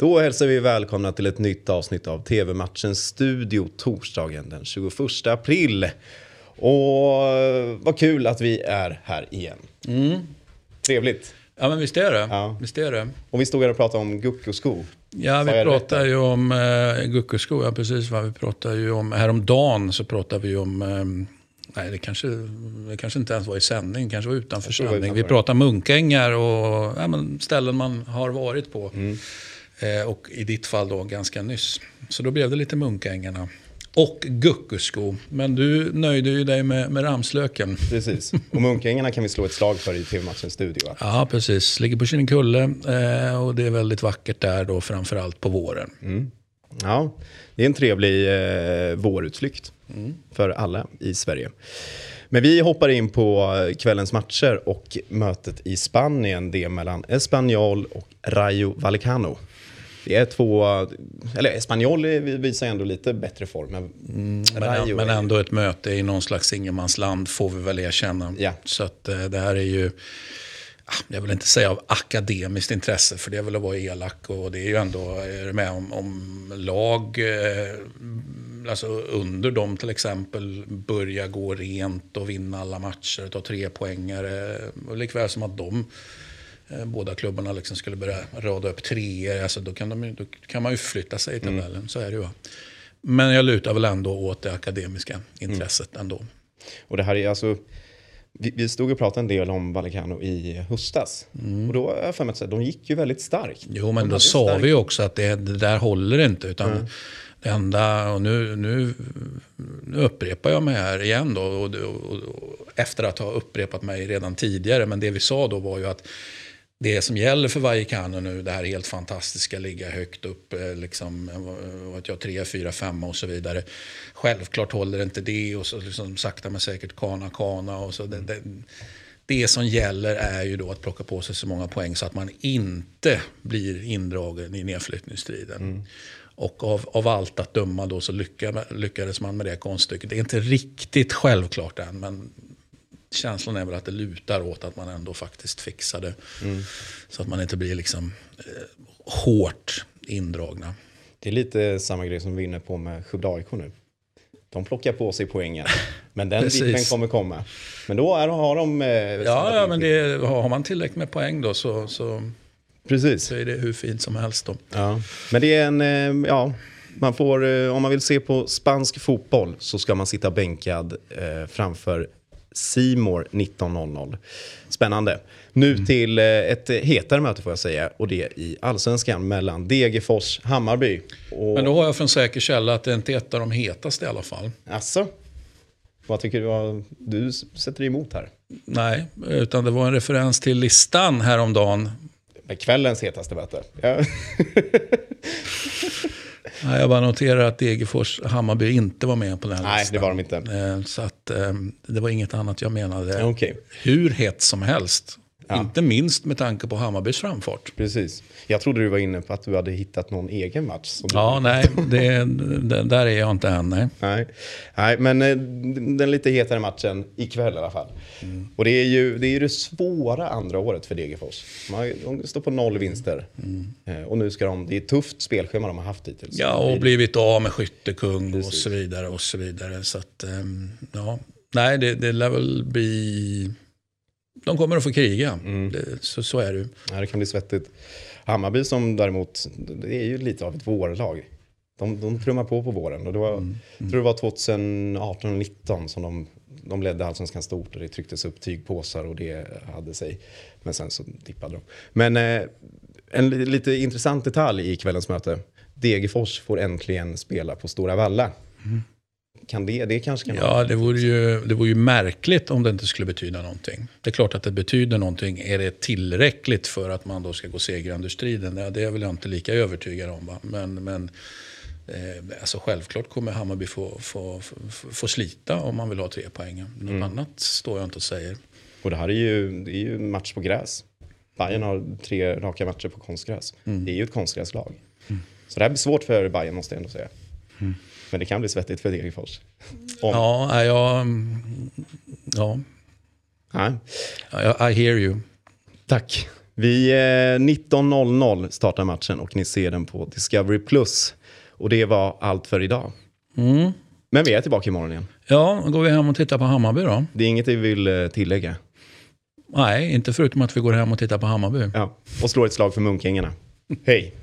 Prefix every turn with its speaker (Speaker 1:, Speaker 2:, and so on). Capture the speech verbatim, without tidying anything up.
Speaker 1: Då hälsar vi välkomna till ett nytt avsnitt av T V-matchens studio torsdagen den tjugoförsta april. Och vad kul att vi är här igen.
Speaker 2: Mm.
Speaker 1: Trevligt.
Speaker 2: Ja, men visst är det.
Speaker 1: Ja.
Speaker 2: Visst är det.
Speaker 1: Och vi stod här och pratade om Gukkosko.
Speaker 2: Ja, vi pratar ju om eh, Gukkosko, ja precis vad vi pratar ju om. Häromdagen så pratar vi om, eh, nej det kanske, det kanske inte ens var i sändning, kanske var utanför sändning. Utanför. Vi pratar Munkängar och ja, men ställen man har varit på. Mm. Eh, och i ditt fall då ganska nyss. Så då blev det lite Munkängarna. Och Gukkosko. Men du nöjde ju dig med, med Ramslöken.
Speaker 1: Precis. Och Munkängarna kan vi slå ett slag för i T V-matchens studio. Va?
Speaker 2: Ja, precis. Ligger på Kinnekulle. Eh, och det är väldigt vackert där då, framförallt på våren.
Speaker 1: Mm. Ja, det är en trevlig eh, vårutflykt mm. för alla i Sverige. Men vi hoppar in på kvällens matcher och mötet i Spanien. Det mellan Espanyol och Rayo Vallecano. Det är två, eller Espanyol visar ändå lite bättre form. Men,
Speaker 2: mm, men, men ändå ett möte i någon slags ingenmansland får vi väl erkänna.
Speaker 1: Ja. Så
Speaker 2: att det här är ju, jag vill inte säga av akademiskt intresse, för det är väl att vara elak. Och det är ju ändå är med om, om lag, alltså under dem till exempel, börja gå rent och vinna alla matcher, ta tre poängare. Och likväl som att de båda klubbarna liksom skulle börja rada upp treor, alltså då kan, de, då kan man ju flytta sig i tabellen, mm. så är det ju. Men jag lutar väl ändå åt det akademiska intresset mm. ändå.
Speaker 1: Och det här är alltså, vi, vi stod och pratade en del om Vallecano i höstas. Mm. Och då har jag för mig att de gick ju välligt starkt.
Speaker 2: Jo, men de då sa stark... vi också att det, det där håller inte, utan mm. det enda, och nu, nu, nu upprepar jag mig här igen då, och, och, och, efter att ha upprepat mig redan tidigare, men det vi sa då var ju att det som gäller för Vallecano nu, det här helt fantastiska, ligga högt upp, liksom, att jag tre, fyra, fem och så vidare. Självklart håller inte det, och så liksom sakta men säkert kana, kana. Och så det, det, det som gäller är ju då att plocka på sig så många poäng så att man inte blir indragen i nedflyttningsstriden. Mm. Och av, av allt att döma då så lyckades, lyckades man med det konststycket. Det är inte riktigt självklart än, men känslan är väl att det lutar åt att man ändå faktiskt fixar det. Mm. Så att man inte blir liksom eh, hårt indragna.
Speaker 1: Det är lite samma grej som vi är inne på med Skövde A I K nu. De plockar på sig poängen. Men den dippen kommer komma. Men då är, har de... Eh,
Speaker 2: ja, ja men det, har man tillräckligt med poäng då så, så,
Speaker 1: Precis.
Speaker 2: så är det hur fint som helst då.
Speaker 1: Ja. Men det är en... Eh, ja, man får, eh, om man vill se på spansk fotboll så ska man sitta bänkad eh, framför C More nitton noll noll. Spännande. Nu mm. till ett hetare möte får jag säga, och det är i Allsvenskan mellan Degerfors Hammarby. Och...
Speaker 2: Men då har jag från säker källa att det inte är ett av de hetaste i alla fall.
Speaker 1: Asså? Vad tycker du vad du sätter emot här?
Speaker 2: Nej, utan det var en referens till listan häromdagen.
Speaker 1: Med kvällens hetaste möte. Ja.
Speaker 2: Nej, jag bara noterar att Degerfors Hammarby inte var med på den här
Speaker 1: listan. Nej,
Speaker 2: listan.
Speaker 1: det var de inte.
Speaker 2: Så att, det var inget annat jag menade.
Speaker 1: Okay.
Speaker 2: Hur hett som helst.
Speaker 1: Ja.
Speaker 2: Inte minst med tanke på Hammarbys framfart.
Speaker 1: Precis. Jag trodde du var inne på att du hade hittat någon egen match. Som
Speaker 2: ja, nej. Det, det, där är jag inte än. Nej.
Speaker 1: Nej. nej, men den lite hetare matchen ikväll i alla fall. Mm. Och det är, ju, det är ju det svåra andra året för Degerfors. De står på noll vinster. Mm. Och nu ska de, det är ett tufft spelschema de har haft hittills.
Speaker 2: Ja, och blivit av med skyttekung och så vidare och så vidare. Så att, ja. Nej, det, det lär väl bli... De kommer att få kriga. Mm. Det, så, så är det.
Speaker 1: Ja, det kan bli svettigt. Hammarby som däremot, det är ju lite av ett vårlag. De, de trummar på på våren. Och det var, mm. Mm. tror det var tjugoarton nitton som de, de ledde Allsvenskan stort. Och det trycktes upp tygpåsar och det hade sig. Men sen så dippade de. Men eh, en lite intressant detalj i kvällens möte. Degerfors får äntligen spela på Stora Valla. Mm. Kan det, det kanske kan
Speaker 2: ja, det vore, ju, det vore ju märkligt om det inte skulle betyda någonting. Det är klart att det betyder någonting. Är det tillräckligt för att man då ska gå segrande ur striden? Ja, det är väl jag inte lika övertygad om. Va? Men, men eh, alltså självklart kommer Hammarby få, få, få, få slita om man vill ha tre poäng. Något mm. annat står jag inte och säger.
Speaker 1: Och det här är ju, det är ju match på gräs. Bayern har tre raka matcher på konstgräs. Mm. Det är ju ett konstgräslag. Mm. Så det här blir svårt för Bayern, måste jag ändå säga. Mm. Men det kan bli svettigt för Degerfors.
Speaker 2: Ja, jag... Ja.
Speaker 1: Nej.
Speaker 2: I, I hear you.
Speaker 1: Tack. Vi eh, nitton noll noll startar matchen och ni ser den på Discovery Plus. Och det var allt för idag.
Speaker 2: Mm.
Speaker 1: Men vi är tillbaka imorgon igen.
Speaker 2: Ja, då går vi hem och tittar på Hammarby då.
Speaker 1: Det är inget vi vill eh, tillägga.
Speaker 2: Nej, inte förutom att vi går hem och tittar på Hammarby.
Speaker 1: Ja, och slår ett slag för Munkingarna. Hej!